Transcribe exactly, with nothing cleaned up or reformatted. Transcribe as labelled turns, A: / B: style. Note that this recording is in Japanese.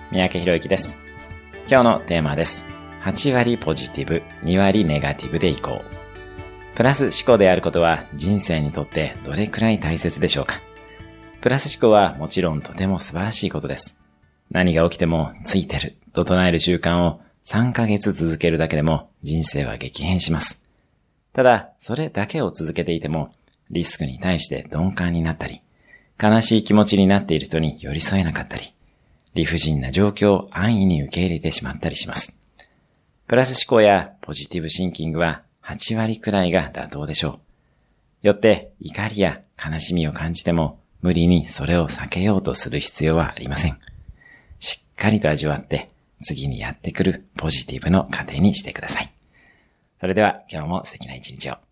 A: 三宅博之です。今日のテーマです。はちわりポジティブ、にわりネガティブでいこう。プラス思考であることは人生にとってどれくらい大切でしょうか。プラス思考はもちろんとても素晴らしいことです。何が起きてもついてると唱える習慣をさんかげつ続けるだけでも人生は激変します。ただ、それだけを続けていてもリスクに対して鈍感になったり、悲しい気持ちになっている人に寄り添えなかったり、理不尽な状況を安易に受け入れてしまったりします。プラス思考やポジティブシンキングははちわりくらいが妥当でしょう。よって怒りや悲しみを感じても無理にそれを避けようとする必要はありません。しっかりと味わって次にやってくるポジティブの糧にしてください。それでは今日も素敵な一日を。